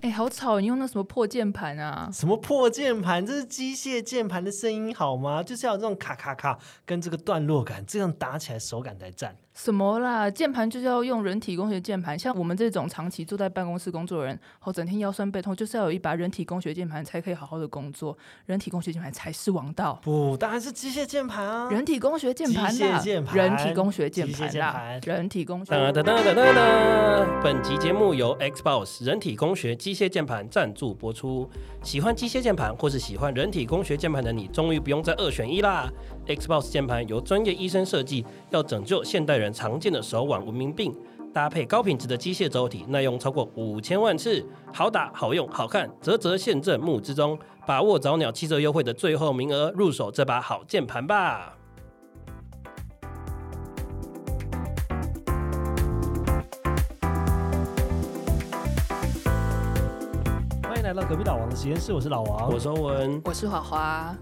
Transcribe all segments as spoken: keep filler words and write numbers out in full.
哎、欸，好吵！你用那什么破键盘啊？ 什么破键盘？这是机械键盘的声音好吗？就是要有这种卡卡卡跟这个段落感，这样打起来手感才赞。 什么啦？键盘就是要用人体工学键盘，像我们这种长期坐在办公室工作的人，后整天腰酸背痛，就是要有一把人体工学键盘才可以好好的工作。人体工学键盘才是王道。 不，当然是机械键盘啊！ 人体工学键盘啦， 机械键盘， 人体工学键盘啦，人体工学。 哒哒哒哒哒哒！本集节目由 Xbox 人体工学机械键盘赞助播出。喜欢机械键盘或是喜欢人体工学键盘的你，终于不用再二选一啦 ！Xbox 键盘由专业医生设计，要拯救现代人常见的手腕文明病，搭配高品质的机械轴体，耐用超过五千万次，好打、好用、好看，啧啧现正募资中，把握早鸟七折优惠的最后名额，入手这把好键盘吧！ 欢迎来到隔壁老王的实验室，我是老王， 我是欧文， 我是华华。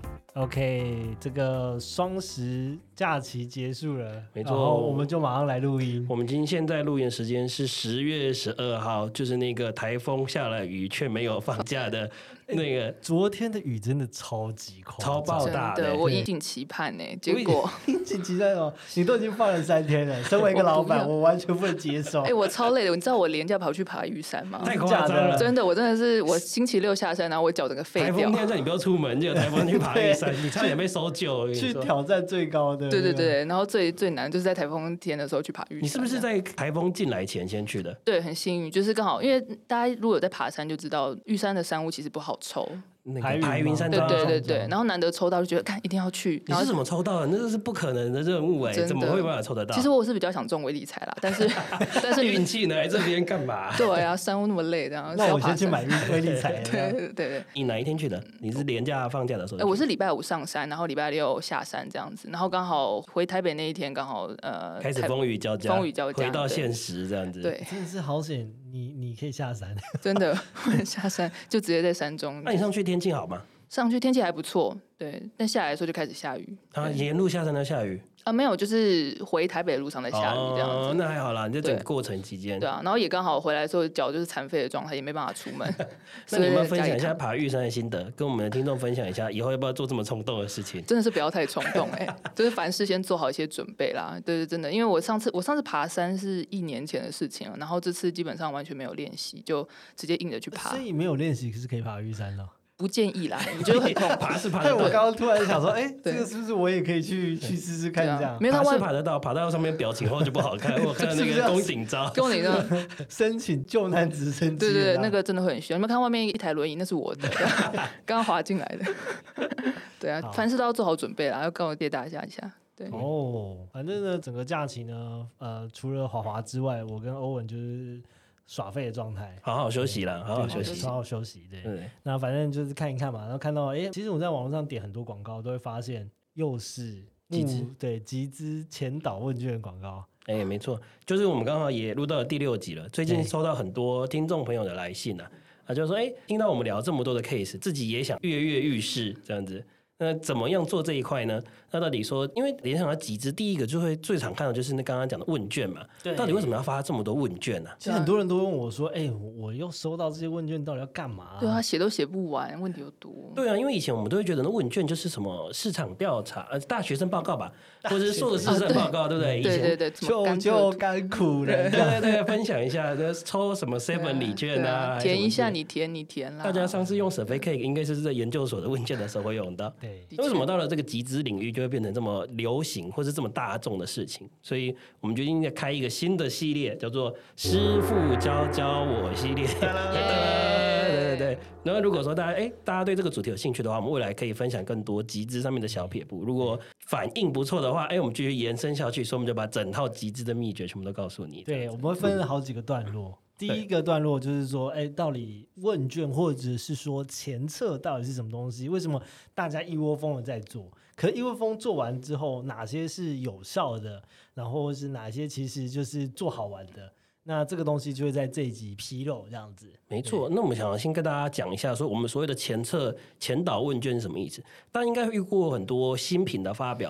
OK， 这个双十假期结束了， 没错， 然后我们就马上来录音。 我们今天现在录音时间是十月十二号，就是那个台风下了雨却没有放假的那个。 昨天的雨真的超级夸张， 超爆大的， 真的，我引颈期盼呢、欸，结果引颈期盼哦，你都已经放了三天了，身为一个老板，我, 我完全不能接受。 哎、欸，我超累的，你知道我连假跑去爬玉山吗？ 太夸张了， 真的，我真的是我星期六下山，然后我脚整个废掉。 台风天叫你不要出门，结果台风去爬玉山，你差点被搜救。 去挑战最高的， 对对对，然后最最难就是在台风天的时候去爬玉山。 你是不是在台风进来前先去的？ 对，很幸运，就是刚好，因为大家如果有在爬山就知道，玉山的山雾其实不好抽。 那个排云山对对对对，然后难得抽到就觉得，看一定要去。 你是怎么抽到的？那是不可能的任务哎、欸，怎么会有办法抽得到？ 其实我是比较想中微理财啦，但是但是运气呢？来这边干嘛？ 对啊，山屋那么累，这样。 那我先去买微理财。 对对对。 你哪一天去的？你是连假放假的时候？ 哎、欸，我是礼拜五上山，然后礼拜六下山这样子，然后刚好回台北那一天刚好呃开始风雨交加， 风雨交加， 回到现实这样子。 对， 真的是好险，你你可以下山， 真的下山就直接在山中。 那你上去天气好吗？ 上去天气还不错，对，但下来的时候就开始下雨。 啊，沿路下山都下雨啊？没有，就是回台北的路上在下雨这样子。 哦，那还好啦，你在整个过程期间。 对啊，然后也刚好回来的时候脚就是残废的状态，也没办法出门。 那你们分享一下爬玉山的心得，跟我们的听众分享一下，以后要不要做这么冲动的事情？ 真的是不要太冲动哎、欸，就是凡事先做好一些准备啦。对对，真的，因为我上次我上次爬山是一年前的事情了，然后这次基本上完全没有练习，就直接硬着去爬。 所以没有练习是可以爬玉山的。 不建议啦，你觉得很痛苦。 爬是爬得到。 我刚刚突然想说，哎、欸，这个是不是我也可以去去试试看这样？ 没有，爬是爬得到，爬到上面表情后就不好看。我看到那个宫顶照， 宫顶照申请救难直升机。 对对对，那个真的会很需要。你们看外面一台轮椅，那是我的，刚刚滑进来的。对啊，凡事都要做好准备啦，要跟我借大家一下。对哦，反正呢，整个假期呢，呃，除了华华之外，我跟欧文就是耍废的状态， 好好休息啦，好好休息， 好好休息。对， 对，那反正就是看一看嘛，然后看到，哎，其实我在网络上点很多广告，都会发现又是集资， 对，集资前导问卷广告。 哎、欸，没错，就是我们刚好也录到了第六集了。最近收到很多听众朋友的来信啊，啊，就是说，哎、欸，听到我们聊这么多的 case， 自己也想跃跃欲试这样子。那怎么样做这一块呢？那到底说，因为联想到集资，第一个就会最常看到就是那刚刚讲的问卷嘛。对。到底为什么要发这么多问卷呢、啊？ 其实很多人都问我说：“哎、欸，我又收到这些问卷，到底要干嘛、啊？” 对啊，写都写不完，问题又多。 对啊，因为以前我们都会觉得那问卷就是什么市场调查，呃，大学生报告吧，或者是硕士生报告，啊、对不对？以前对对对， 救救甘苦人， 对对对，分享一下，抽什么 seven 礼券啊， 填、啊、一下你填你填啦。 大家上次用 Survey 应该是在研究所的问卷的时候会用到。 对， 为什么到了这个集资领域就会变成这么流行或是这么大众的事情？所以我们决定要开一个新的系列，叫做“师傅教教我”系列。对对对。然后如果说大家哎，大家对这个主题有兴趣的话，我们未来可以分享更多集资上面的小撇步。如果反应不错的话，哎，我们继续延伸下去，所以我们就把整套集资的秘诀全部都告诉你。 对，我们会分了好几个段落。第一个段落就是说，哎，到底问卷或者是说前测到底是什么东西？为什么大家一窝蜂的在做？可是一窝蜂做完之后，哪些是有效的？然后是哪些其实就是做好玩的？那这个东西就会在这一集披露，这样子。 没错，那我们想先跟大家讲一下，说我们所谓的前测前导问卷是什么意思？大家应该遇过很多新品的发表会，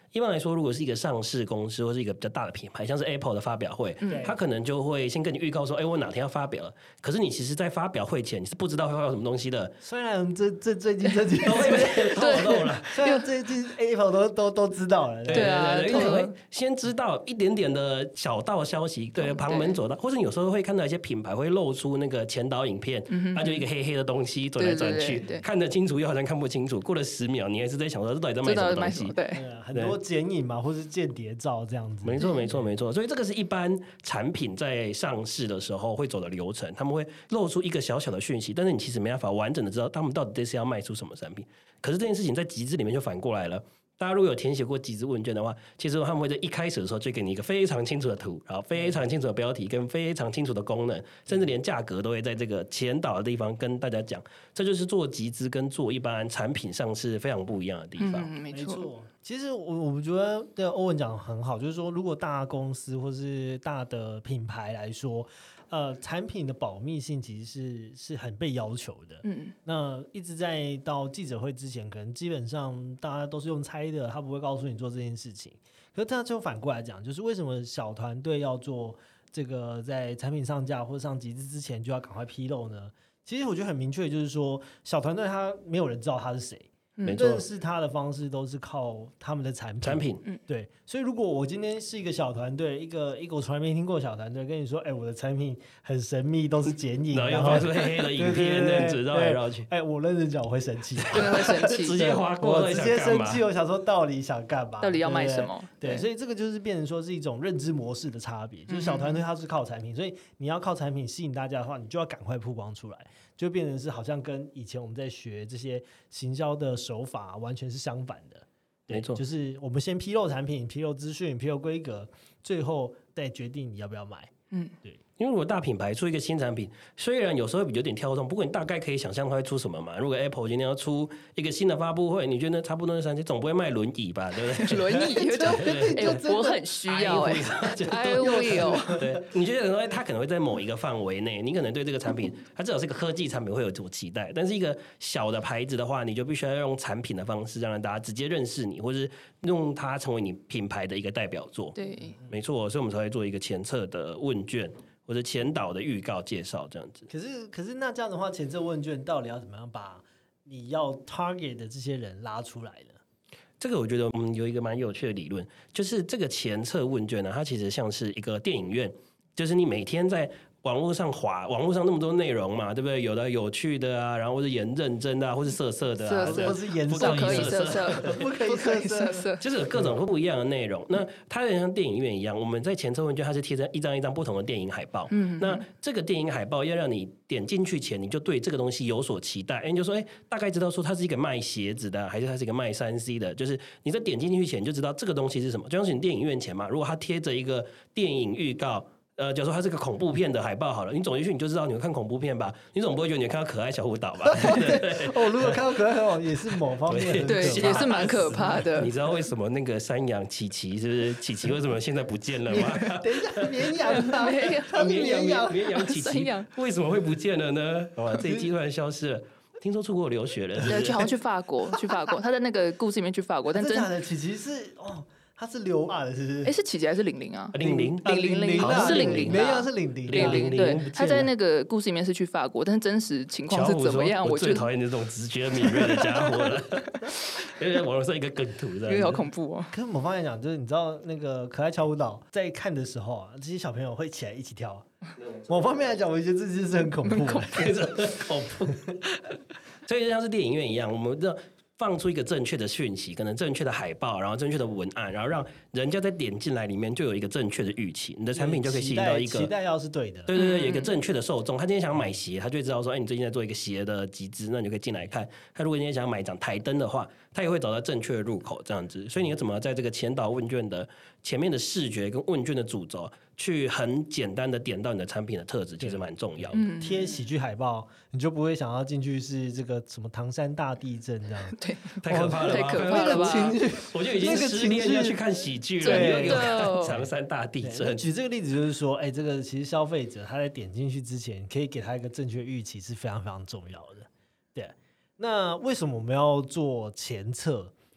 一般来说，如果是一个上市公司或是一个比较大的品牌，像是 Apple 的发表会， 嗯他可能就会先跟你预告说，哎、我哪天要发表了。可是你其实，在发表会前，你是不知道会发表什么东西的。 虽然这这最近这几都会被透露了。 虽然最近 Apple 都都都知道了， 对啊对对，因为你对会先知道一点点的小道消息，对，旁门左道，或者有时候会看到一些品牌会露出那个前导影片，它就一个黑黑的东西转来转去对对对对， 看得清楚又好像看不清楚，过了十秒，你还是在想说这到底在卖什么东西知道卖什么？。对， 对啊，很多剪影嘛，或是间谍照这样子。 没错，没错，没错。所以这个是一般产品在上市的时候会走的流程，他们会露出一个小小的讯息，但是你其实没办法完整的知道他们到底这是要卖出什么产品。可是这件事情在集资里面就反过来了。大家如果有填写过集资问卷的话，其实他们会在一开始的时候就给你一个非常清楚的图，然后非常清楚的标题跟非常清楚的功能，甚至连价格都会在这个前导的地方跟大家讲。这就是做集资跟做一般产品上市非常不一样的地方。 嗯，没错。 没错，其实我我觉得对欧文讲的很好，就是说，如果大公司或是大的品牌来说，呃，产品的保密性其实是是很被要求的。 嗯， 那一直在到记者会之前，可能基本上大家都是用猜的，他不会告诉你做这件事情。可是他就反过来讲，就是为什么小团队要做这个在产品上架或上集资之前就要赶快披露呢？其实我觉得很明确，就是说小团队他没有人知道他是谁。 没错认识他的方式都是靠他们的产品。 产品， 对，所以如果我今天是一个小团队，一个一个我从来没听过的小团队，跟你说，哎、我的产品很神秘，都是剪影， 然后又然后发出黑黑的影片，这样子绕来绕去。 哎、我认真讲，我会生气， 真的会生气， 直接划过， 我到底直接生想干嘛气，我想说到底想干嘛？ 到底要卖对不对什么？ 对，所以这个就是变成说是一种认知模式的差别，就是小团队它是靠产品，所以你要靠产品吸引大家的话，你就要赶快曝光出来，就变成是好像跟以前我们在学这些行销的手法完全是相反的。 没错， 就是我们先披露产品、披露资讯、披露规格，最后再决定你要不要买。 嗯， 对。 因为如果大品牌出一个新产品，虽然有时候会有点跳动，不过你大概可以想象它会出什么嘛。如果 Apple 今天要出一个新的发布会，你觉得差不多的三千，总不会卖轮椅吧？对不对？ 轮椅就哎，我很需要哎，I will。 对，你觉得说它可能会在某一个范围内，你可能对这个产品，它至少是一个科技产品会有所期待，但是一个小的牌子的话，你就必须要用产品的方式让大家直接认识你，或是用它成为你品牌的一个代表作。 对， 没错，所以我们才会做一个前测的问卷。或者前导的预告介绍这样子。 可是，可是那这样的话，前测问卷到底要怎么样把你要 target 的这些人拉出来呢？ 这个我觉得我们有一个蛮有趣的理论，就是这个前测问卷呢，它其实像是一个电影院，就是你每天在网络上滑，网络上那么多内容嘛，对不对？有的有趣的啊，然后或者演认真的啊，或是色色的啊， 色或是严不肃可以色色色， 不可以不可以色色色， 就是有各种不一样的内容。那它有点像电影院一样，我们在前测问卷它是贴着一张一张不同的电影海报。 嗯， 那这个电影海报要让你点进去前，你就对这个东西有所期待。哎，你就说，哎，大概知道说它是一个卖鞋子的，还是它是一个卖三 C 的？就是你在点进去前，你就知道这个东西是什么。就像是你电影院前嘛，如果它贴着一个电影预告。呃，假如说它是个恐怖片的海报好了，你走进去你就知道你会看恐怖片吧？你总不会觉得你看到可爱小舞蹈吧？ 哦，如果看到可爱小舞蹈也是某方面很可对， 怕也是蛮可怕的。 你知道为什么那个山羊琪琪是不是？琪琪为什么现在不见了吗？ 等一下，绵羊啊， 绵羊它是绵羊绵羊， 绵羊琪琪山羊为什么会不见了呢？哇，这一季突然消失了。听说出国留学了， 对，去好像去法国，去法国，他在那个故事里面去法国，但真真的假的？琪琪是哦，他是留发的，是不是？ 哎是琪琪还是玲玲啊？ 玲玲啊玲玲啊是玲玲啊绵羊是玲玲， 玲玲对不见了， 他在那个故事里面是去法国，但是真实情况是怎么样？ 我我觉得最讨厌这种直觉敏锐的家伙了，因为网络上一个梗图这有点好样子。 恐怖哦。 可是某方面讲，就是你知道那个可爱跳舞蹈在看的时候啊，这些小朋友会起来一起跳。某方面来讲，我觉得这件事很恐怖的。 非常恐怖。所以就像是电影院一样，我们这放出一个正确的讯息，可能正确的海报，然后正确的文案，然后让人家在点进来里面就有一个正确的预期，你的产品就可以吸引到一个期待要是对的。 对对对，有一个正确的受众。他今天想买鞋，他就会知道说，哎，你最近在做一个鞋的集资，那你就可以进来看。他如果今天想买一盏台灯的话，他也会找到正确的入口，这样子。所以你要怎么在这个前导问卷的前面的视觉跟问卷的主轴，去很简单的点到你的产品的特质，其实蛮重要的。 嗯， 贴喜剧海报，你就不会想要进去是这个什么唐山大地震这样。 对， 太可怕了吧， 太可怕了吧情绪， 我就已经失恋要去看喜剧了， 对你又给我真的看唐山大地对那震。 举这个例子就是说，哎，这个其实消费者他在点进去之前，可以给他一个正确预期是非常非常重要的。对，那为什么我们要做前测？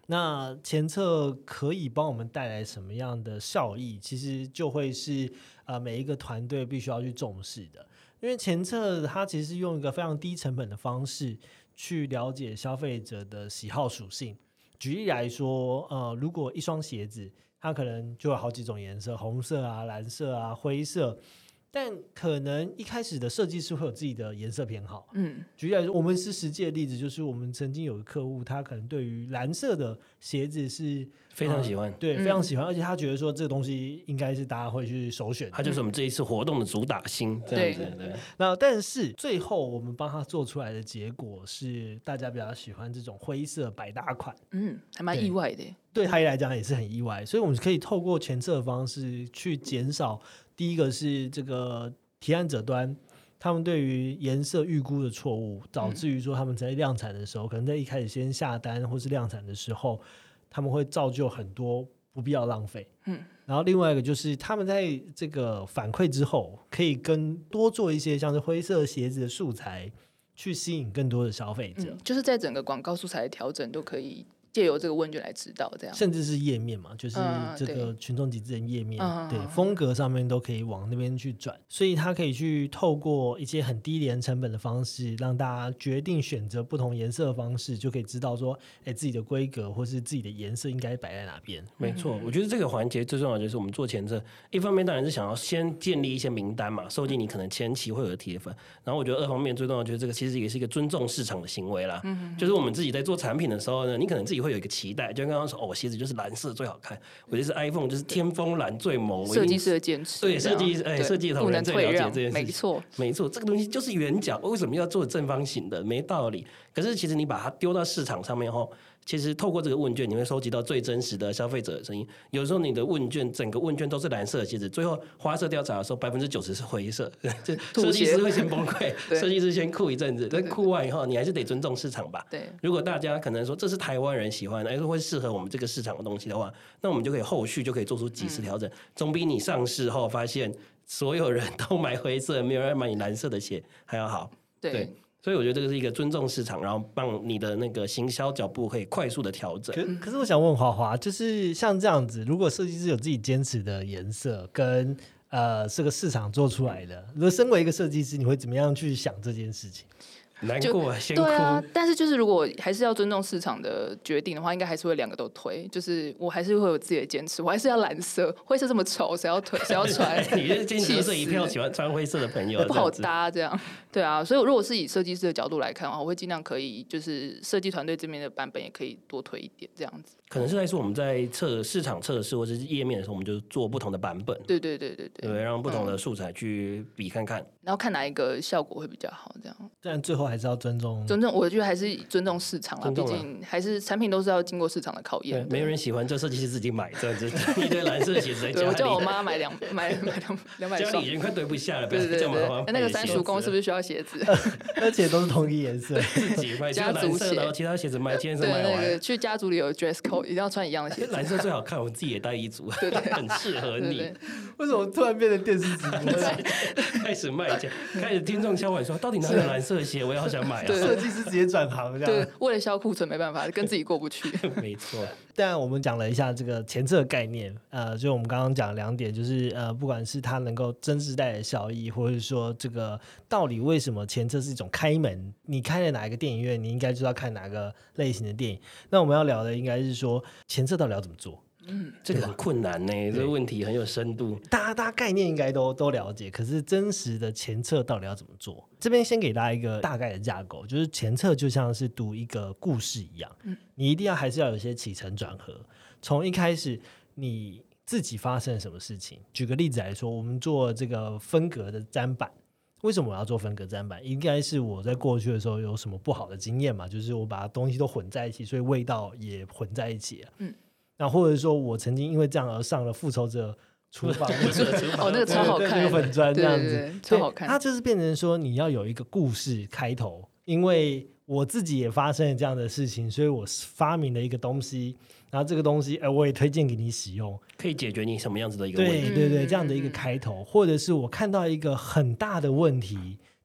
那前测可以帮我们带来什么样的效益，其实就会是呃每一个团队必须要去重视的。因为前测它其实是用一个非常低成本的方式去了解消费者的喜好属性。举例来说，呃，如果一双鞋子它可能就有好几种颜色，红色啊、蓝色啊、灰色，但可能一开始的设计师会有自己的颜色偏好。嗯，举例来说，我们是实际的例子，就是我们曾经有个客户，他可能对于蓝色的鞋子是非常喜欢， 呃、对，非常喜欢，嗯、而且他觉得说这个东西应该是大家会去首选的， 他就是我们这一次活动的主打星，这样子。对对。 那但是最后我们帮他做出来的结果是，大家比较喜欢这种灰色百搭款。 嗯，还蛮意外的。 对他来讲也是很意外，所以我们可以透过前测的方式去减少。第一个是这个提案者端，他们对于颜色预估的错误，导致于说他们在量产的时候，可能在一开始先下单或是量产的时候，他们会造就很多不必要浪费。嗯，然后另外一个就是他们在这个反馈之后，可以跟多做一些像是灰色鞋子的素材，去吸引更多的消费者。 嗯，就是在整个广告素材的调整都可以。借由这个问卷来指导，这样甚至是页面嘛，就是这个群众集资人页面，嗯、对, 对风格上面都可以往那边去转，所以它可以去透过一些很低廉成本的方式，让大家决定选择不同颜色的方式，就可以知道说，哎，自己的规格或是自己的颜色应该摆在哪边。 没错，我觉得这个环节最重要的就是我们做前测，一方面当然是想要先建立一些名单嘛，收集你可能前期会有的铁粉，然后我觉得二方面最重要的就是这个其实也是一个尊重市场的行为啦，嗯、就是我们自己在做产品的时候呢，你可能自己会有一个期待，就刚刚说哦，我鞋子就是蓝色最好看，我就是 iPhone 就是天风蓝最萌， 设计师的坚持， 对设计哎设计同仁最了解这件事情， 没错没错，这个东西就是圆角，为什么要做正方形的？没道理。可是其实你把它丢到市场上面后，其实透过这个问卷，你会收集到最真实的消费者的声音。有时候你的问卷整个问卷都是蓝色的鞋子，最后花色调查的时候，百分之九十是灰色，设计师会先崩溃，设计师先哭一阵子，但哭完以后，你还是得尊重市场吧。 对， 如果大家可能说这是台湾人喜欢的，哎，会适合我们这个市场的东西的话，那我们就可以后续就可以做出及时调整，嗯、总比你上市后发现所有人都买灰色，没有人买你蓝色的鞋还要好。 对。 对，所以我觉得这个是一个尊重市场，然后帮你的那个行销脚步可以快速的调整。 可, 可是我想问华华，就是像这样子，如果设计师有自己坚持的颜色跟呃这个市场做出来的，如果身为一个设计师，你会怎么样去想这件事情？ 难过先哭。 对啊，但是就是如果还是要尊重市场的决定的话，应该还是会两个都推。就是我还是会有自己的坚持，我还是要蓝色，灰色这么丑，谁要推？谁要穿？ 你是今天得罪一票喜欢穿灰色的朋友， 不好搭这样。对啊，所以如果是以设计师的角度来看的话，我会尽量可以，就是设计团队这边的版本也可以多推一点这样子。 可能是在说我们在测市场测试或者是页面的时候，我们就做不同的版本。 对对对对对， 对，让不同的素材去比看看， 嗯、然后看哪一个效果会比较好，这样。 但最后还是要尊重。 尊重，我觉得还是尊重市场啦，毕竟还是产品都是要经过市场的考验。 没有人喜欢这设计师自己买这样子一堆蓝色的鞋子在家里。 我叫我妈买两买买两两百双， 家里已经快堆不下了。 对对对对，那个三叔公是不是需要鞋子？ 而且都是同一颜色， 自己买家族鞋，然后其他鞋子卖，今天是卖完。 对，那个去家族里有 dress code， 一定要穿一样的鞋子。 蓝色最好看，我自己也带一组， 对对， 很适合你。 为什么突然变成电视直播？ 开始卖家，开始听众敲碗说，到底哪有蓝色的鞋？我也好想买啊！ 设计师直接转行。 对，为了销库存没办法，跟自己过不去。 没错。 但我们讲了一下这个前测概念，呃，就我们刚刚讲两点，就是呃，不管是它能够真实带来的效益，或者说这个到底为什么前测是一种开门，你开了哪一个电影院，你应该就要看哪个类型的电影。那我们要聊的应该是说前测到底要怎么做。 嗯，这个很困难呢，这个问题很有深度。 大家大家概念应该都都了解，可是真实的前测到底要怎么做？这边先给大家一个大概的架构，就是前测就像是读一个故事一样，嗯、你一定要还是要有一些起承转合。从一开始你自己发生了什么事情，举个例子来说，我们做这个分隔的砧板。为什么我要做分隔砧板？应该是我在过去的时候有什么不好的经验嘛，就是我把东西都混在一起，所以味道也混在一起了。嗯，那或者说我曾经因为这样而上了复仇者厨房哦，那个超好看， 那个粉砖这样子， 对对对，超好看。 它就是变成说你要有一个故事开头，因为我自己也发生了这样的事情，所以我发明了一个东西，然后这个东西，哎，我也推荐给你使用， 可以解决你什么样子的一个问题？ 对对对，这样的一个开头，或者是我看到一个很大的问题，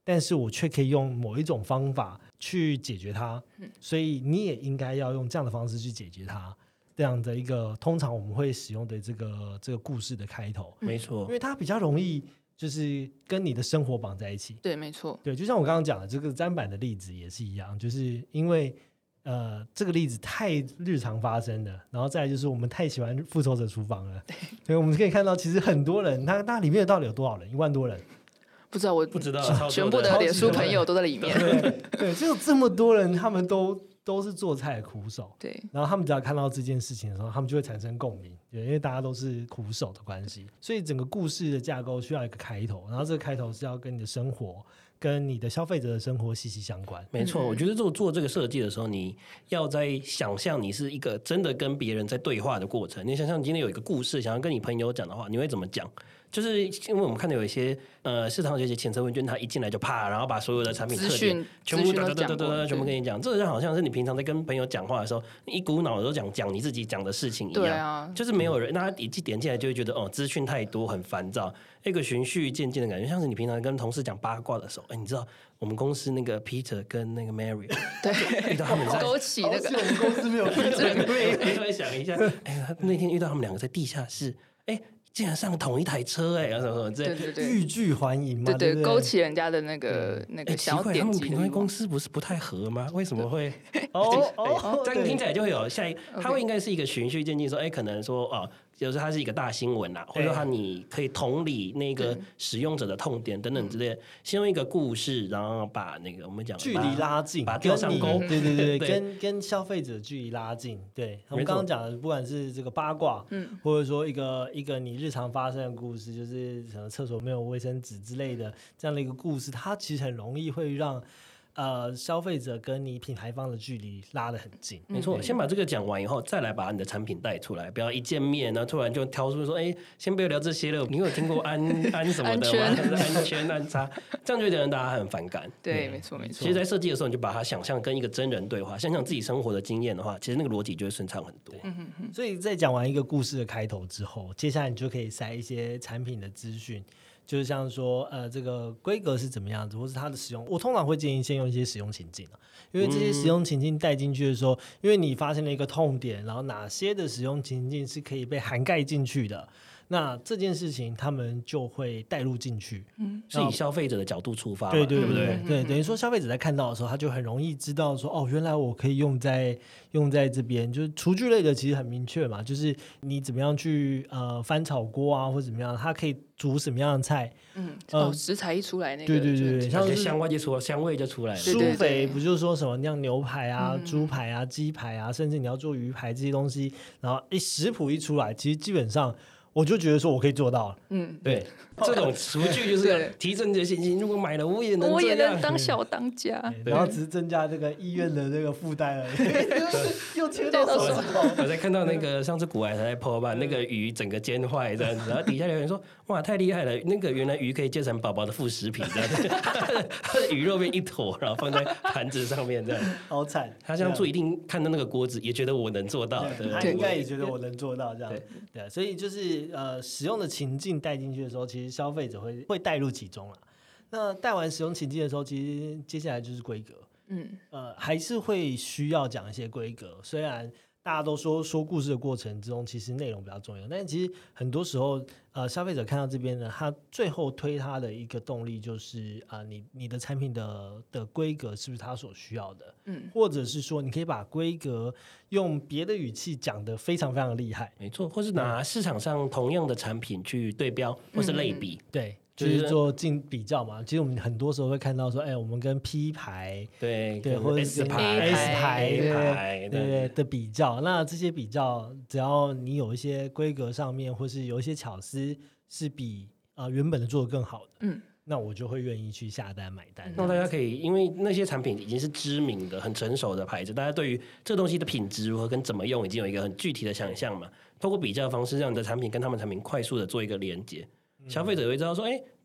但是我却可以用某一种方法去解决它， 嗯、 所以你也应该要用这样的方式去解决它。这样的一个通常我们会使用的这个这个故事的开头， 没错， 因为它比较容易就是跟你的生活绑在一起。 对，没错， 对，就像我刚刚讲的这个砧板的例子也是一样，就是因为呃这个例子太日常发生的，然后再来就是我们太喜欢复仇者厨房了，所以我们可以看到其实很多人，他那里面到底有多少人？一万多人。 不知道，我不知道， 全部的脸书朋友都在里面。 对对，就有这么多人，他们都都是做菜的苦手。 对， 然后他们只要看到这件事情的时候，他们就会产生共鸣，对，因为大家都是苦手的关系，所以整个故事的架构需要一个开头，然后这个开头是要跟你的生活、跟你的消费者的生活息息相关。 没错，我觉得做做这个设计的时候，你要在想象你是一个真的跟别人在对话的过程。你想象今天有一个故事，想要跟你朋友讲的话，你会怎么讲？就是因为我们看到有一些呃市场有一些前测问卷，它一进来就啪，然后把所有的产品特点全部哒哒哒哒哒全部跟你讲，这就好像是你平常在跟朋友讲话的时候，你一股脑的都讲讲你自己讲的事情一样。 对啊， 就是没有人，那他一点进来就会觉得哦，资讯太多，很烦躁，一个循序渐进的感觉，像是你平常跟同事讲八卦的时候，哎，你知道我们公司那个 Peter 跟那个 Mary， 对， 遇到他们在勾起那个， 我们公司没有 Peter， 你会想一下，哎，那天遇到他们两个在地下室，哎。竟然上同一台车哎、欸，什么什么这对对对， 欲拒还迎嘛， 对对， 对对， 勾起人家的那个那个想要点击。 他们平常公司不是不太合吗？为什么会？ 哦哦， 这样听起来就会有下一，它会应该是一个循序渐进，说哎，可能说哦。就是它是一个大新闻啦，或者说它你可以同理那个使用者的痛点等等之类的，先用一个故事，然后把那个我们讲距离拉近， 把它吊上钩， 对对对，跟跟消费者距离拉近。对，我们刚刚讲的，不管是这个八卦，嗯，或者说一个一个你日常发生的故事，就是什么厕所没有卫生纸之类的这样的一个故事，它其实很容易会让。呃，消费者跟你品牌方的距离拉得很近， 没错。先把这个讲完以后，再来把你的产品带出来，不要一见面然后突然就挑出说，哎，先不要聊这些了。你有听过安安什么的吗？安全安差，这样就会让大家很反感。 对，没错没错。 其实，在设计的时候，你就把它想象跟一个真人对话，想想自己生活的经验的话，其实那个逻辑就会顺畅很多。 嗯哼哼。 所以在讲完一个故事的开头之后，接下来你就可以塞一些产品的资讯。就是像说，呃，这个规格是怎么样子，或是它的使用，我通常会建议先用一些使用情境啊，因为这些使用情境带进去的时候，嗯、因为你发现了一个痛点，然后哪些的使用情境是可以被涵盖进去的，那这件事情他们就会带入进去， 嗯， 是以消费者的角度出发嘛， 对对对不对？ 对，等于说消费者在看到的时候，他就很容易知道说，哦，原来我可以用在用在这边，就是厨具类的其实很明确嘛，就是你怎么样去呃翻炒锅啊，或怎么样，它可以煮什么样的菜， 嗯，哦，食材一出来那个， 对对对对， 像是香味就出香味就出来了。 舒肥不就是说什么酿牛排啊、嗯、猪排啊、鸡排啊，甚至你要做鱼排这些东西，然后一食谱一出来，其实基本上。我就觉得说我可以做到了， 嗯， 对，这种厨具就是要提升你的信心。如果买了，我也能， 我也能当小当家， 然后只是增加这个医院的这个负担而已。又切到手指头。 我在看到那个上次古海才在 po 吧，那个鱼整个煎坏这样子，然后底下留言说：“哇，太厉害了！那个原来鱼可以煎成宝宝的副食品，这样子，它的鱼肉变一坨，然后放在盘子上面这样。 好惨！ 他这样做一定看到那个锅子，也觉得我能做到，对， 他应该也觉得我能做到这样。对，所以就是。呃，使用的情境带进去的时候，其实消费者会会带入其中了。那带完使用情境的时候，其实接下来就是规格， 嗯， 呃，还是会需要讲一些规格。虽然大家都说说故事的过程之中，其实内容比较重要，但其实很多时候，呃，消费者看到这边呢，他最后推他的一个动力就是啊、呃，你你的产品的的规格是不是他所需要的？嗯，或者是说，你可以把规格用别的语气讲得非常非常的厉害， 没错，或是拿市场上同样的产品去对标，或是类比， 嗯、对。就是做进比较嘛，其实我们很多时候会看到说，哎，我们跟 P 牌对对，或者是 S 牌 S 牌对对对的比较，那这些比较，只要你有一些规格上面，或是有一些巧思是比呃原本的做的更好的，嗯，那我就会愿意去下单买单。 那大家可以，因为那些产品已经是知名的、很成熟的牌子，大家对于这东西的品质如何跟怎么用，已经有一个很具体的想象嘛。透过比较的方式，让你的产品跟他们产品快速的做一个连接。消费者也会知道说，哎，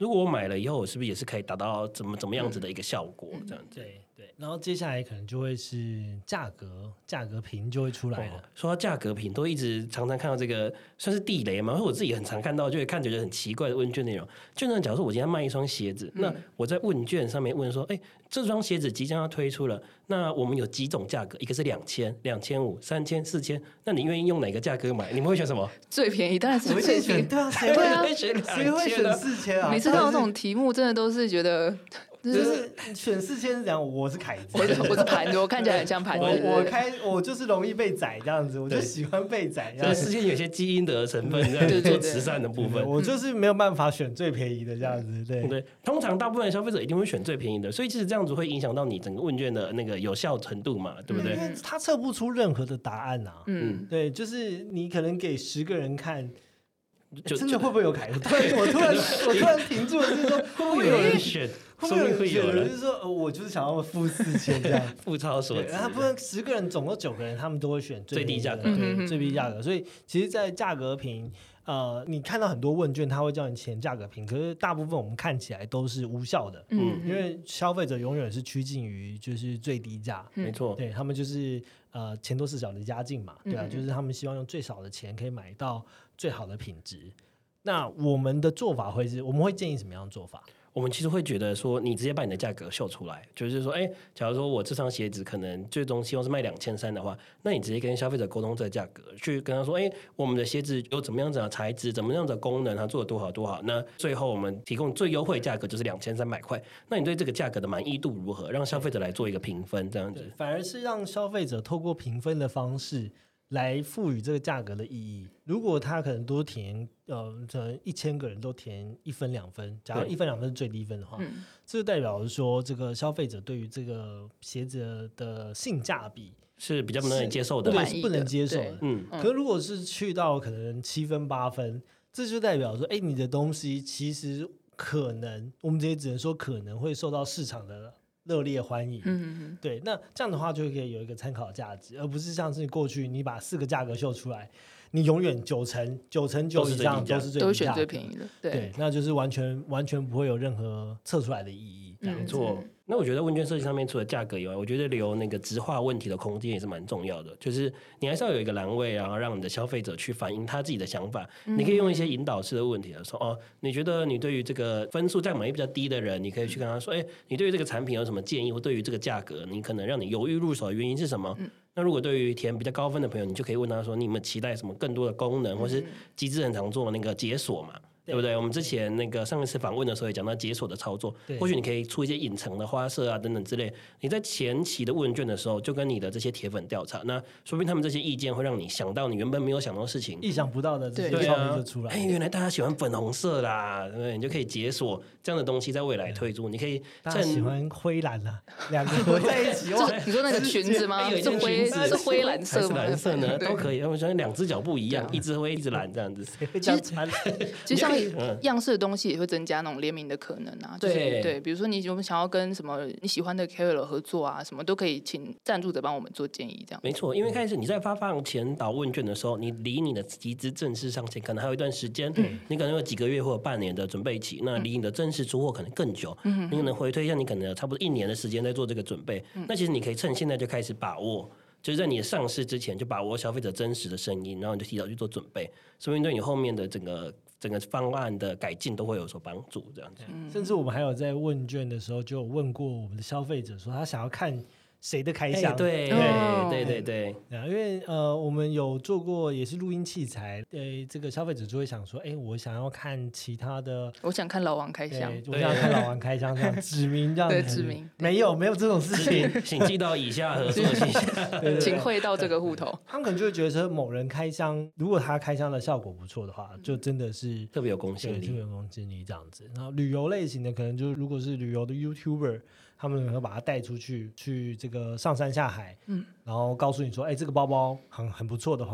如果我买了以后，我是不是也是可以达到怎么怎么样子的一个效果？ 嗯、 这样子。 对对，然后接下来可能就会是价格，价格屏就会出来了。 哦、说到价格屏，都一直常常看到这个算是地雷嘛，或者我自己很常看到，就会看觉得很奇怪的问卷内容。就那假如说我今天卖一双鞋子，嗯、那我在问卷上面问说，哎，这双鞋子即将要推出了，那我们有几种价格？一个是两千、两千五、三千、四千，那你愿意用哪个价格买？你们会选什么？ 最便宜当然是最便宜。 对啊，谁会选谁会选四千啊？ 每次看到这种题目，真的都是觉得。 就是选四千是讲我是凯子， 我是我是盘子，我看起来很像盘子。 我我开我就是容易被宰这样子，我就喜欢被宰。 这四千有些基因的成分在做慈善的部分， 我就是没有办法选最便宜的这样子。对对，通常大部分消费者一定会选最便宜的，所以其实这样子会影响到你整个问卷的那个有效程度嘛，对不对？ 因为它测不出任何的答案啊。 嗯， 对，就是你可能给十个人看。 就真的会不会有凯子？突然我突然我突然停住了，就是说会不会有人选？ 会不会有人就是说，我就是想要付四千这样， 付超所值。 然后不然十个人总共九个人，他们都会选最低价格， 对，最低价格。所以其实，在价格屏，呃，你看到很多问卷，他会叫你填价格屏，可是大部分我们看起来都是无效的，嗯，因为消费者永远是趋近于就是最低价， 没错， 对他们就是呃钱多事少离家近嘛，对啊，就是他们希望用最少的钱可以买到最好的品质。那我们的做法会是，我们会建议什么样的做法？ 我们其实会觉得说，你直接把你的价格秀出来，就是说，哎，假如说我这双鞋子可能最终希望是卖两千三的话，那你直接跟消费者沟通这个价格，去跟他说，哎，我们的鞋子有怎么样子的材质，怎么样子的功能，它做的多好多好，那最后我们提供最优惠价格就是两千三百块，那你对这个价格的满意度如何？让消费者来做一个评分，这样子， 反而是让消费者透过评分的方式来赋予这个价格的意义。如果他可能多填，呃，可能一千个人都填一分两分，假如一分两分是最低分的话，嗯、这就代表说这个消费者对于这个鞋子的性价比是比较不能接受的， 对，是不能接受的。 嗯， 可是如果是去到可能七分八分，这就代表说，哎，你的东西其实可能，我们这些只能说可能会受到市场的热烈欢迎，嗯，对，那这样的话就可以有一个参考价值，而不是像是过去你把四个价格秀出来，你永远九成九成九以上都是最低价， 都选最便宜的，对， 对，那就是完全完全不会有任何测出来的意义， 没错。嗯，那我觉得问卷设计上面除了价格以外，我觉得留那个质化问题的空间也是蛮重要的，就是你还是要有一个栏位，然后让你的消费者去反映他自己的想法，嗯，你可以用一些引导式的问题来说，哦，你觉得你对于这个分数占满意比较低的人，你可以去跟他说，哎，你对于这个产品有什么建议，或对于这个价格你可能让你犹豫入手的原因是什么？嗯，那如果对于填比较高分的朋友，你就可以问他说，你们期待什么更多的功能，或是机制很常做的那个解锁嘛，对不对？我们之前那个上一次访问的时候也讲到解锁的操作，或许你可以出一些隐藏的花色啊等等之类。你在前期的问卷的时候，就跟你的这些铁粉调查，那说不定他们这些意见会让你想到你原本没有想到的事情， 意想不到的这些创意就出来。 哎，原来大家喜欢粉红色啦，对不对？你就可以解锁这样的东西，在未来推出。你可以大家喜欢灰蓝啊，两个合在一起。 你说那个裙子吗？是灰是灰蓝色吗？ 还是蓝色呢？都可以。我觉得两只脚不一样，一只灰一只蓝这样子。 其实其实像样式的东西也会增加那种联名的可能啊。就是，对对，比如说你有想要跟什么你喜欢的 K O L 合作啊，什么都可以请赞助者帮我们做建议，这样。 没错，因为开始你在发放前导问卷的时候，你离你的集资正式上线可能还有一段时间，嗯，你可能有几个月或者半年的准备期，那离你的正式出货可能更久，嗯，你可能回推一下，你可能有差不多一年的时间在做这个准备，嗯，那其实你可以趁现在就开始把握。就是在你的上市之前，就把握消费者真实的声音，然后你就提早去做准备，说明对你后面的整个整个方案的改进都会有所帮助。这样子， 嗯，甚至我们还有在问卷的时候就有问过我们的消费者，说他想要看谁的开箱？ 欸、对对、哦、对对对， 因为呃，我们有做过也是录音器材，呃，这个消费者就会想说，哎，我想要看其他的， 我想看老王开箱， 我想看老王开箱这样指名这样子， 对，指名没有没有这种事情， 请寄到以下合作信箱， 请汇到这个户头。 他们可能就会觉得说，某人开箱，如果他开箱的效果不错的话，就真的是特别有公信力， 特别有公信力这样子。然后旅游类型的，可能就如果是旅游的 YouTuber。他们可能把它带出去，去这个上山下海，嗯，然后告诉你说，哎，这个包包很很不错的话，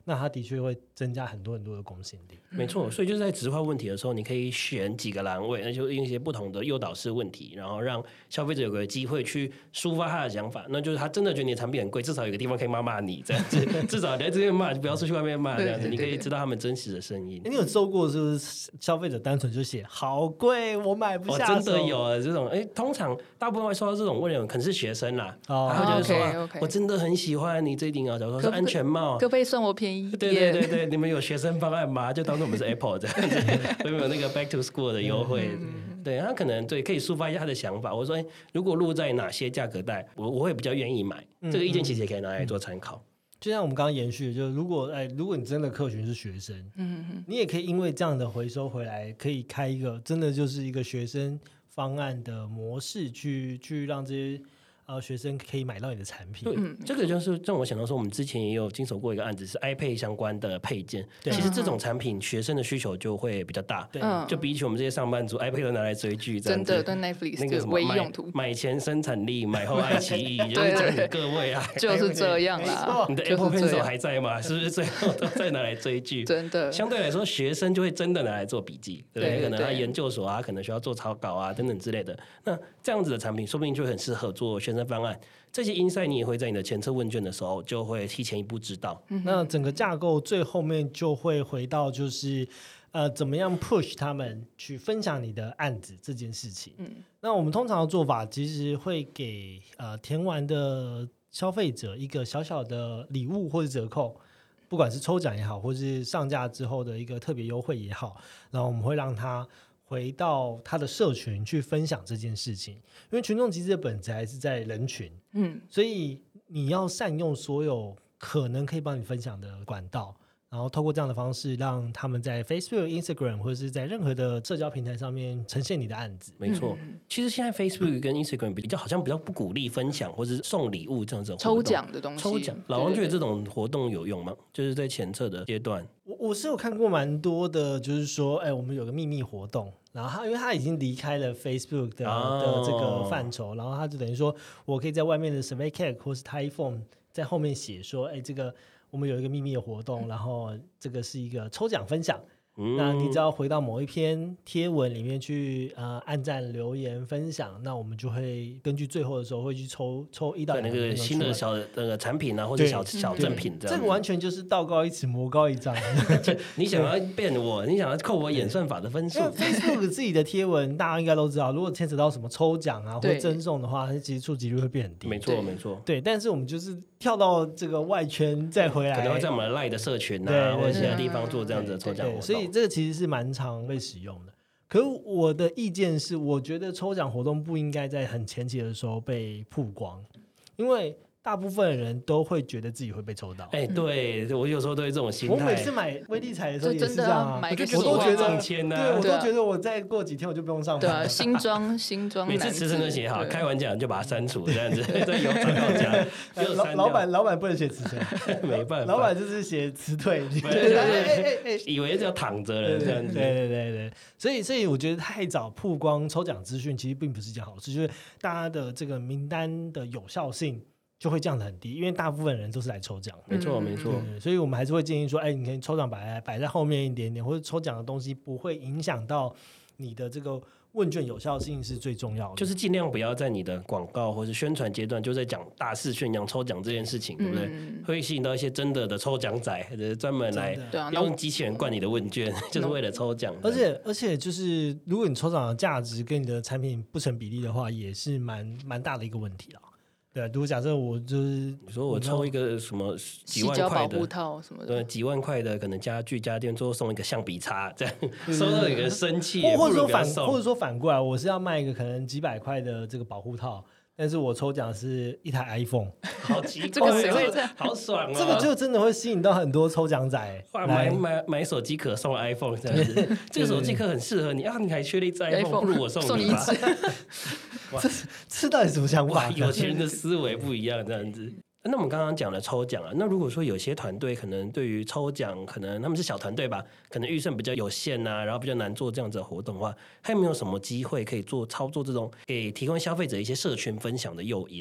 那它的确会增加很多很多的公信力。 没错，所以就是在直化问题的时候，你可以选几个栏位，那就用一些不同的诱导式问题，然后让消费者有个机会去抒发他的想法。那就是他真的觉得你的产品很贵，至少有个地方可以骂骂你这样子，至少你在这边骂，就不要出去外面骂这样子，你可以知道他们真实的声音。 欸、你有收过是不是消费者单纯就写好贵，我买不下手？ 哦、真的有啊，这种哎、欸，通常大部分会收到这种问的，可能是学生啦， 哦、 他会觉得说、 啊 okay, okay. 我真的很喜欢你这一顶啊，假如说是安全帽， 可不可以算我便宜一点？ 对对对对，你们有学生方案吗？就当做我们是 Apple 这样子，会有那个 Back to School 的优惠。嗯、对他可能对可以抒发一下他的想法。我说，哎、欸，如果落在哪些价格带，我我会比较愿意买。嗯、这个意见其实也可以拿来做参考。嗯、 就像我们刚刚延续的，就是如果哎，如果你真的客群是学生，嗯你也可以因为这样的回收回来，可以开一个真的就是一个学生方案的模式去，去去让这些。呃，学生可以买到你的产品。 对，嗯、这个就是让我想到说，我们之前也有经手过一个案子，是 iPad 相关的配件。其实这种产品，学生的需求就会比较大。对，就比起我们这些上班族 ，iPad 都拿来追剧， 真的，对 Netflix 那个唯一用途， 买前生产力，买后爱奇艺，就是讲给各位啊， 就是这样啦。 你的 Apple Pencil 还在吗？是不是最后都再拿来追剧？ 真的， 相对来说，学生就会真的拿来做笔记，对不对？可能他研究所啊，可能需要做草稿啊等等之类的。那这样子的产品，说不定就很适合做学生方案。这些 insight 你也会在你的前测问卷的时候就会提前一步知道。 嗯、那整个架构最后面就会回到就是呃怎么样 push 他们去分享你的案子这件事情。嗯、那我们通常的做法其实会给呃填完的消费者一个小小的礼物或者折扣，不管是抽奖也好，或是上架之后的一个特别优惠也好，然后我们会让他回到他的社群去分享这件事情，因为群众集资的本质还是在人群，嗯，所以你要善用所有可能可以帮你分享的管道，然后透过这样的方式让他们在 Facebook、Instagram 或者是在任何的社交平台上面呈现你的案子。 没错，嗯、其实现在 Facebook 跟 Instagram 比较好像比较不鼓励分享或者是送礼物这样子抽奖的东西。 抽奖，老王觉得这种活动有用吗？就是在前测的阶段。 我, 我是有看过蛮多的，就是说，哎，我们有个秘密活动，然后他因为他已经离开了 Facebook 的、哦、的这个范畴，然后他就等于说，我可以在外面的 SurveyCat 或是 Typeform 在后面写说，哎，这个我们有一个秘密的活动，然后这个是一个抽奖分享。嗯、那你只要回到某一篇贴文里面去呃按赞留言分享，那我们就会根据最后的时候会去抽抽一到两个那个新的小那个产品啊，或者小小赠品这样。 这个完全就是道高一尺魔高一丈。 你想要变我，你想要扣我演算法的分数。 Facebook 自己的贴文大家应该都知道，如果牵扯到什么抽奖啊或赠送的话，其实触及率会变很低。 没错没错。 对，但是我们就是跳到这个外圈再回来， 可能会在我们的 Line 的社群啊，或者其他地方做这样子的抽奖活动。 所以这个其实是蛮常被使用的。可是我的意见是，我觉得抽奖活动不应该在很前期的时候被曝光，因为大部分的人都会觉得自己会被抽到。 哎、欸，对，我有时候都会这种心态。 我每次买威力彩的时候也是这样啊， 买个我都觉得， 签啊、 对，我都觉得我再过几天我就不用上班了。 对啊，新装新装， 每次辞呈都写好，开完奖就把它删除，这样子再有找到奖。 老老板老板不能写辞呈， 没办法， 老板就是写辞退。 对对对，以为是要躺着了这样子。 对对对对，所以所以我觉得太早曝光抽奖资讯，其实并不是一件好事，就是大家的这个名单的有效性就会降得很低，因为大部分人都是来抽奖。 没错没错， 所以我们还是会建议说，哎，你可以抽奖摆在摆在后面一点点，或者抽奖的东西不会影响到你的这个问卷有效性是最重要的， 就是尽量不要在你的广告或是宣传阶段就在讲大肆宣扬抽奖这件事情，对不对？嗯、会吸引到一些真的的抽奖仔，专门来用机器人灌你的问卷，就是为了抽奖。 而且而且就是，如果你抽奖的价值跟你的产品不成比例的话，也是蛮蛮大的一个问题啦。对，如果假设我就是你说我抽一个什么几万块的保护套什么的， 对，几万块的可能家具家电，最后送一个橡皮擦，这样收到一个生气， 或者说反或者说反过来，我是要卖一个可能几百块的这个保护套，但是我抽奖是一台 iPhone， 好奇怪， 这个谁会这样？ 好爽哦！ 这个就真的会吸引到很多抽奖仔， 买买买手机壳送 iPhone 这样子，这个手机壳很适合你啊，你还缺了一只 iPhone， 不如我送你吧。 这这到底什么想法？ 有钱人的思维不一样，这样子。那我们刚刚讲了抽奖啊，那如果说有些团队可能对于抽奖，可能他们是小团队吧，可能预算比较有限啊，然后比较难做这样子的活动的话，还有没有什么机会可以做操作这种给提供消费者一些社群分享的诱因呢？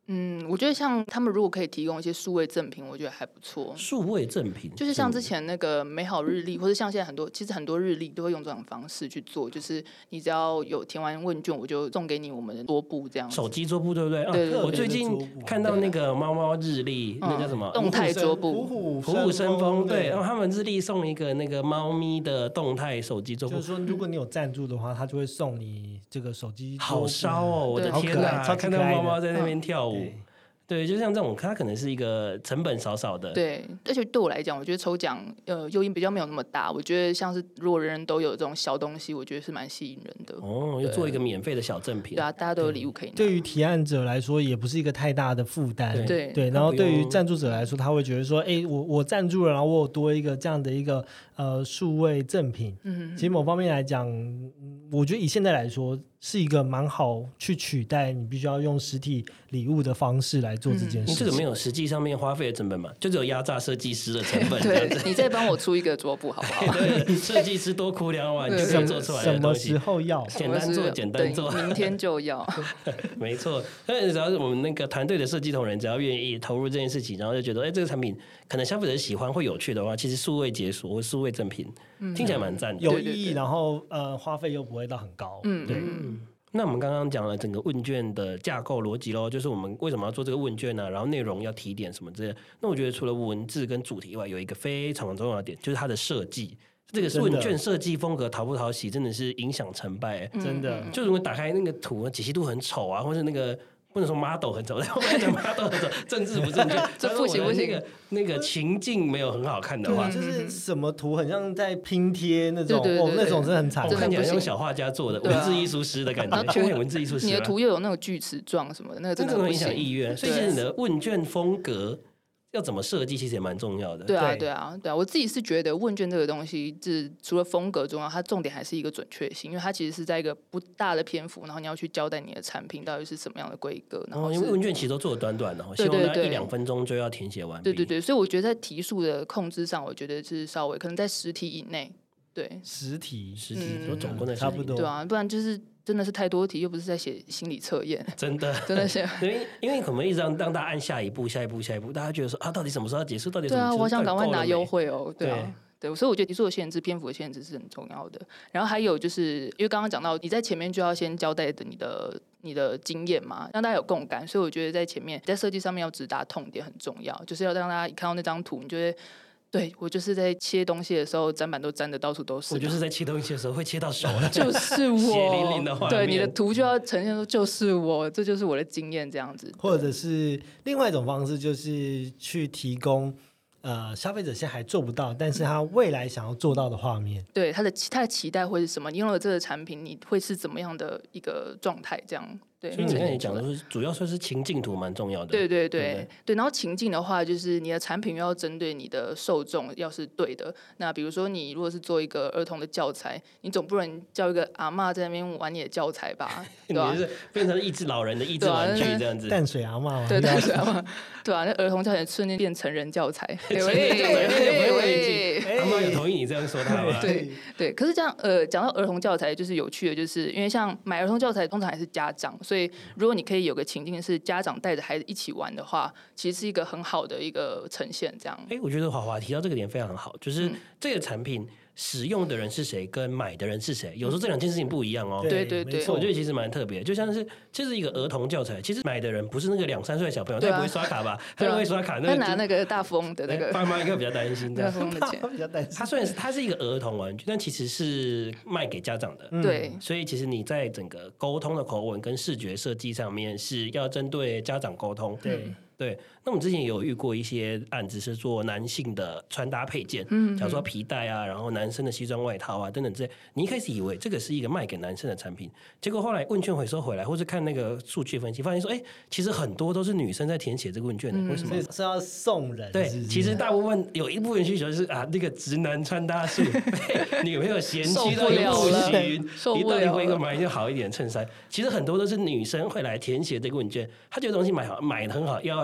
嗯，我觉得像他们如果可以提供一些数位赠品，我觉得还不错。 数位赠品就是像之前那个美好日历，或者像现在很多，其实很多日历都会用这种方式去做，就是你只要有填完问卷，我就送给你我们的桌布这样子。 手机桌布对不对？ 对对对啊，我最近看到那个猫猫日历，那叫什么？ 动态桌布， 虎虎虎生风。对，然后他们日历送一个那个猫咪的动态手机桌布， 就是说如果你有赞助的话，他就会送你这个手机。 好烧哦！我的天哪，看到猫猫在那边跳舞。对，就像这种，它可能是一个成本少少的。 对，而且对我来讲，我觉得抽奖呃诱因比较没有那么大。我觉得像是如果人人都有这种小东西，我觉得是蛮吸引人的。 哦，又做一个免费的小赠品。 对啊，大家都有礼物可以拿。 对于提案者来说，也不是一个太大的负担。 对对，然后对于赞助者来说，他会觉得说，哎，我我赞助了，然后我有多一个这样的一个呃数位赠品。嗯，其实某方面来讲，我觉得以现在来说，是一个蛮好去取代你必须要用实体礼物的方式来做这件事情。 你这个没有实际上面花费的成本嘛，就只有压榨设计师的成本。 对，你再帮我出一个桌布好不好？ 对，设计师多哭两晚就可以做出来的东西。 什么时候要？ 简单做，简单做， 明天就要。 没错，但是只要是我们那个团队的设计同仁，只要愿意投入这件事情，然后就觉得，哎，这个产品可能消费者喜欢，会有趣的话，其实数位解锁或数位赠品，嗯、听起来蛮赞的， 有意义，然后呃，花费又不会到很高。 嗯， 对。 嗯那我们刚刚讲了整个问卷的架构逻辑咯，就是我们为什么要做这个问卷呢、啊？然后内容要提点什么之类的。那我觉得除了文字跟主题以外，有一个非常重要的点，就是它的设计。这个问卷设计风格讨不讨喜，真的是影响成败、欸。 真的， 就如果打开那个图，解析度很丑啊，或是那个。不能说 model 很丑，我跟你讲 model 很丑，政治不正确， 这不行不行。 那个那个情境没有很好看的话， 就是什么图很像在拼贴那种， 对对对对哦，那种真的很惨， 看起来像小画家做的文字艺术师的感觉，就很文字艺术师。 你的图又有那个锯齿状什么的，那个真的很影响意愿。所以其实你的问卷风格。要怎么设计，其实也蛮重要的。 对啊，对啊，对啊，我自己是觉得问卷这个东西，是除了风格重要，它重点还是一个准确性，因为它其实是在一个不大的篇幅，然后你要去交代你的产品到底是什么样的规格。然后、 哦、因为问卷其实都做的短短的，希望大概一两分钟就要填写完毕。 对对对，所以我觉得在题数的控制上，我觉得是稍微可能在十题以内。对， 十题， 十题，嗯、总共的差不多。 对啊，不然就是。真的是太多题，又不是在写心理测验， 真的， 真的是， 因为因为可能一直让让大家按下一步、下一步、下一步，大家觉得说啊，到底什么时候要结束？到底什么时候？ 对啊，我想赶快拿优惠哦，对啊。对，所以我觉得题数的限制、篇幅的限制是很重要的。然后还有就是，因为刚刚讲到你在前面就要先交代的你的你的经验嘛，让大家有共感，所以我觉得在前面在设计上面要直达痛点很重要，就是要让大家一看到那张图，你就会。对，我就是在切东西的时候，砧板都粘的到处都是。 我就是在切东西的时候会切到手的， 就是我血淋淋的画面。 对，你的图就要呈现出就是我，这就是我的经验这样子。 或者是另外一种方式，就是去提供呃消费者现在还做不到，但是他未来想要做到的画面。 对，他的他的期待会是什么？你用了这个产品，你会是怎么样的一个状态？这样。对， 所以你刚才讲的是，主要算是情境图蛮重要的。 对对对 对, 对，然后情境的话，就是你的产品要针对你的受众，要是对的。那比如说，你如果是做一个儿童的教材，你总不能叫一个阿嬷在那边玩你的教材吧？对吧？ 你是变成益智老人的益智玩具这样子， 淡水阿嬷嘛， 对淡水阿嬷，对啊，那儿童教材瞬间变成人教材， 成人教材不会忘记。阿嬷有同意你这样说他吗？ 对对，可是这样呃，讲到儿童教材，就是有趣的，就是因为像买儿童教材，通常还是家长，所以如果你可以有个情境是家长带着孩子一起玩的话，其实是一个很好的一个呈现。这样， 哎，我觉得华华提到这个点非常好，就是这个产品使用的人是谁，跟买的人是谁，有时候这两件事情不一样哦。 对对对， 我觉得其实蛮特别，就像是这是一个儿童教材，其实买的人不是那个两三岁的小朋友，他也不会刷卡吧？他不会刷卡， 他拿那个大富翁的那个， 爸妈应该比较担心的。 大富翁的钱， 比较担心。 他虽然是他是一个儿童玩具，但其实是卖给家长的。 对， 所以其实你在整个沟通的口吻跟视觉设计上面是要针对家长沟通。 对。 对，那我们之前也有遇过一些案子是做男性的穿搭配件，嗯，假如说皮带啊，然后男生的西装外套啊等等之类，你一开始以为这个是一个卖给男生的产品，结果后来问卷回收回来，或是看那个数据分析，发现说，哎，其实很多都是女生在填写这个问卷的，嗯、为什么？ 是要送人？ 对， 是是其实大部分有一部分需求就是啊，那个直男穿搭术，女朋友嫌弃到不行，你到底会一个买一件好一点衬衫？其实很多都是女生会来填写这个问卷，她觉得东西买好买的很好，要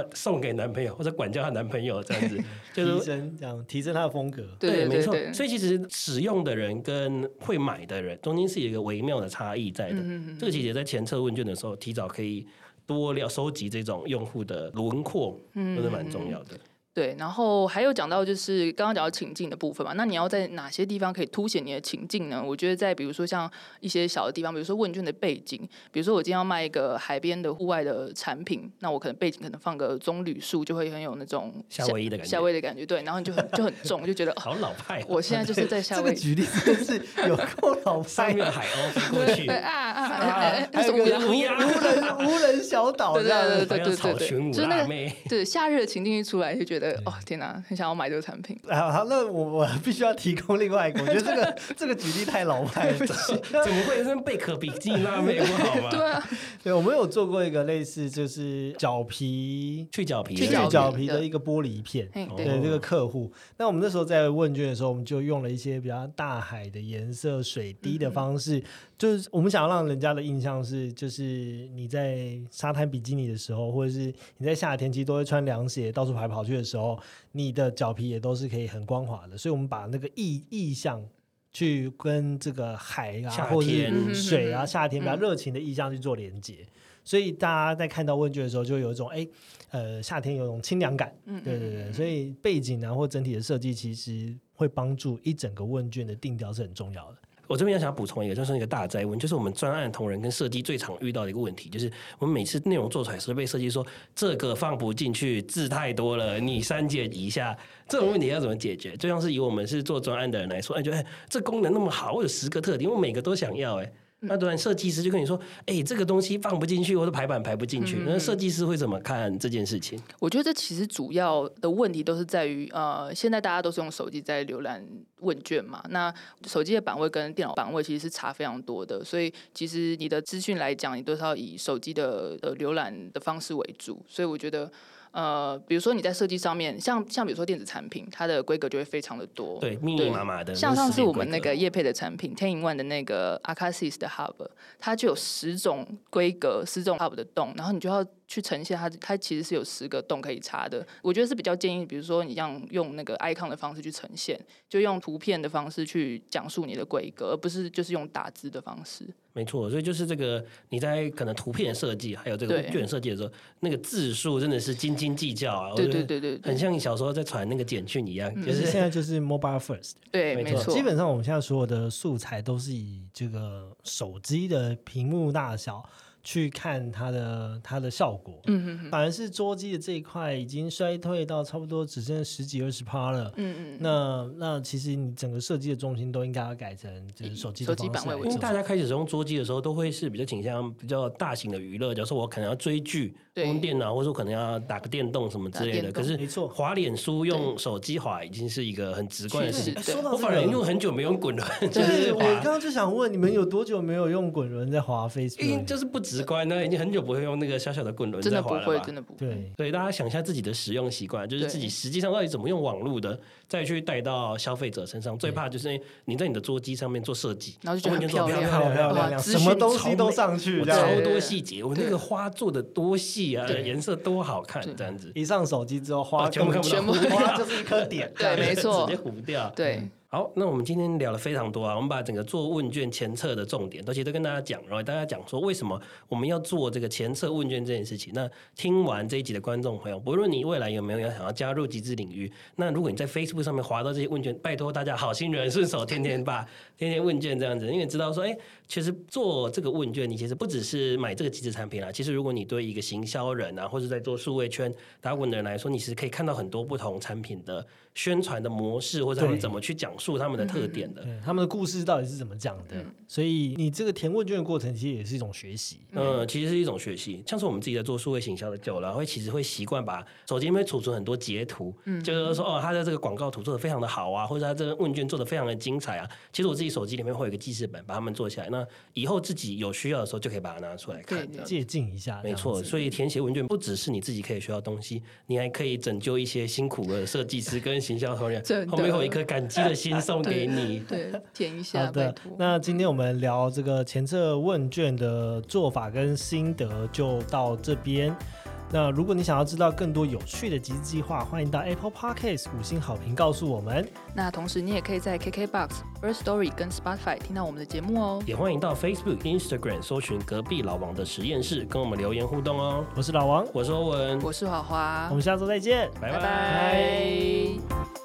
要送给男朋友或者管教她男朋友这样子，就是提升这样提升他的风格。 对对对没错。 对所以其实使用的人跟会买的人中间是有一个微妙的差异在的。 嗯嗯嗯这个其实在前测问卷的时候，提早可以多了收集这种用户的轮廓， 嗯都是蛮重要的。 对，然后还有讲到就是刚刚讲到情境的部分嘛，那你要在哪些地方可以凸显你的情境呢？我觉得在比如说像一些小的地方，比如说问卷的背景，比如说我今天要卖一个海边的户外的产品，那我可能背景可能放个棕榈树，就会很有那种夏威夷的感觉， 夏威夷的感觉，对，然后你就很就很重，就觉得好老派、哦。 我现在就是在夏威夷。 这个举例真的是有够老上派， 面海鸥飞过去， 对啊啊啊！ 还有一个无人无人小岛这样， 对对对对草裙舞辣妹， 对夏日的情境一出来，就觉得哦天哪，很想要买这个产品。 好，好，那我我必须要提供另外一个，我觉得这个这个举例太老派了， 怎么会是贝壳比基尼辣妹不好吗？ 对啊， 对，我们有做过一个类似就是脚皮去角皮去去脚皮的一个玻璃片， 嘿对这个客户。那我们那时候在问卷的时候，我们就用了一些比较大海的颜色、水滴的方式，嗯、就是我们想要让人家的印象是，就是你在沙滩比基尼的时候，或者是你在夏天其实都会穿凉鞋到处跑来跑去的时候，你的脚皮也都是可以很光滑的。所以我们把那个意意象去跟这个海啊，或者是水啊，夏天比较热情的意象去做连接。所以大家在看到问卷的时候，就有一种哎，呃，夏天有一种清凉感，对对对。所以背景啊或整体的设计，其实会帮助一整个问卷的定调是很重要的。 我这边想补充一个，就是一个大哉问，就是我们专案同仁跟设计最常遇到的一个问题，就是我们每次内容做出来时被设计说这个放不进去，字太多了，你删减一下。这种问题要怎么解决？就像是以我们是做专案的人来说，哎，觉得哎这功能那么好，我有十个特点，我每个都想要，哎。那突然设计师就跟你说，哎、欸，这个东西放不进去，或者排版排不进去，那、嗯、设计师会怎么看这件事情？ 我觉得这其实主要的问题都是在于，呃，现在大家都是用手机在浏览问卷嘛，那手机的版位跟电脑版位其实是差非常多的，所以其实你的资讯来讲，你都是要以手机的的浏览的方式为主，所以我觉得。呃，比如说你在设计上面，像像比如说电子产品，它的规格就会非常的多， 对，密密麻麻的。 像上次我们那个业配的产品 ten in one 的那个 Acasis 的 Hub， 它就有十种规格，十种 Hub 的洞，然后你就要去呈现它，它其实是有十个洞可以插的。我觉得是比较建议，比如说你用用那个 icon 的方式去呈现，就用图片的方式去讲述你的规格，而不是就是用打字的方式。 没错，所以就是这个你在可能图片设计还有这个问卷设计的时候，那个字数真的是斤斤计较啊。 对对对对， 很像你小时候在传那个简讯一样， 嗯、 就是现在就是 mobile first。 对，没错。 基本上我们现在所有的素材都是以这个手机的屏幕大小去看它的它的效果，嗯嗯嗯，反而是桌机的这一块已经衰退到差不多只剩十几二十趴了，嗯嗯，那那其实你整个设计的重心都应该要改成就是手机的方式， 因为大家开始使用桌机的时候，都会是比较倾向比较大型的娱乐，假如说我可能要追剧，用电脑，或者说可能要打个电动什么之类的。可是没错， 滑脸书用手机滑已经是一个很直观的事情。 说到我反而用很久没用滚轮， 就是我刚刚就想问你们有多久没有用滚轮在滑 Facebook？ 因为就是不直观呢，已经很久不会用那个小小的滚轮在滑了吧？ 真的不会，真的不会。 对， 所以大家想一下自己的使用习惯，就是自己实际上到底怎么用网络的，再去带到消费者身上。最怕就是你在你的桌机上面做设计， 然后就觉得很漂亮， 漂亮漂亮，什么东西都上去， 超多细节。我那个花做的多细啊，颜色多好看，这样子。 一上手机之后，花全部看不到， 花就是一颗点， 对，没错， 直接糊掉。 对。 好，那我们今天聊了非常多啊，我们把整个做问卷前测的重点都其实都跟大家讲，然后大家讲说为什么我们要做这个前测问卷这件事情。那听完这一集的观众朋友，不论你未来有没有想要加入集资领域，那如果你在 Facebook 上面滑到这些问卷，拜托大家好心人顺手天天把天天问卷这样子，因为知道说，哎，其实做这个问卷，你其实不只是买这个集资产品啦，其实如果你对一个行销人啊，或者在做数位圈打滚的人来说，你其实可以看到很多不同产品的宣传的模式，或者他们怎么去讲述他们的特点。 对，他们的故事到底是怎么讲的、嗯、所以你这个填问卷的过程其实也是一种学习。 嗯，其实是一种学习。像是我们自己在做数位行销的久了，会其实会习惯把手机里面储存很多截图、嗯、就是说哦，他的这个广告图做的非常的好啊，或者他这个问卷做的非常的精彩啊。其实我自己手机里面会有一个记事本，把它们做下来，那以后自己有需要的时候就可以把它拿出来看， 借鉴一下。 没错，所以填写问卷不只是你自己可以学到东西，你还可以拯救一些辛苦的设计师跟行销同仁，后面有一颗感激的心送给你。 对，填一下。 好的，那今天我们聊这个前测问卷的做法跟心得就到这边。 那如果你想要知道更多有趣的集资计划，欢迎到 Apple Podcast 五星好评告诉我们。 那同时你也可以在 K K B O X、First Story 跟 Spotify 听到我们的节目哦。 也欢迎到 Facebook、Instagram 搜寻隔壁老王的实验室，跟我们留言互动哦。 我是老王， 我是欧文， 我是华华， 我们下周再见， 拜拜拜。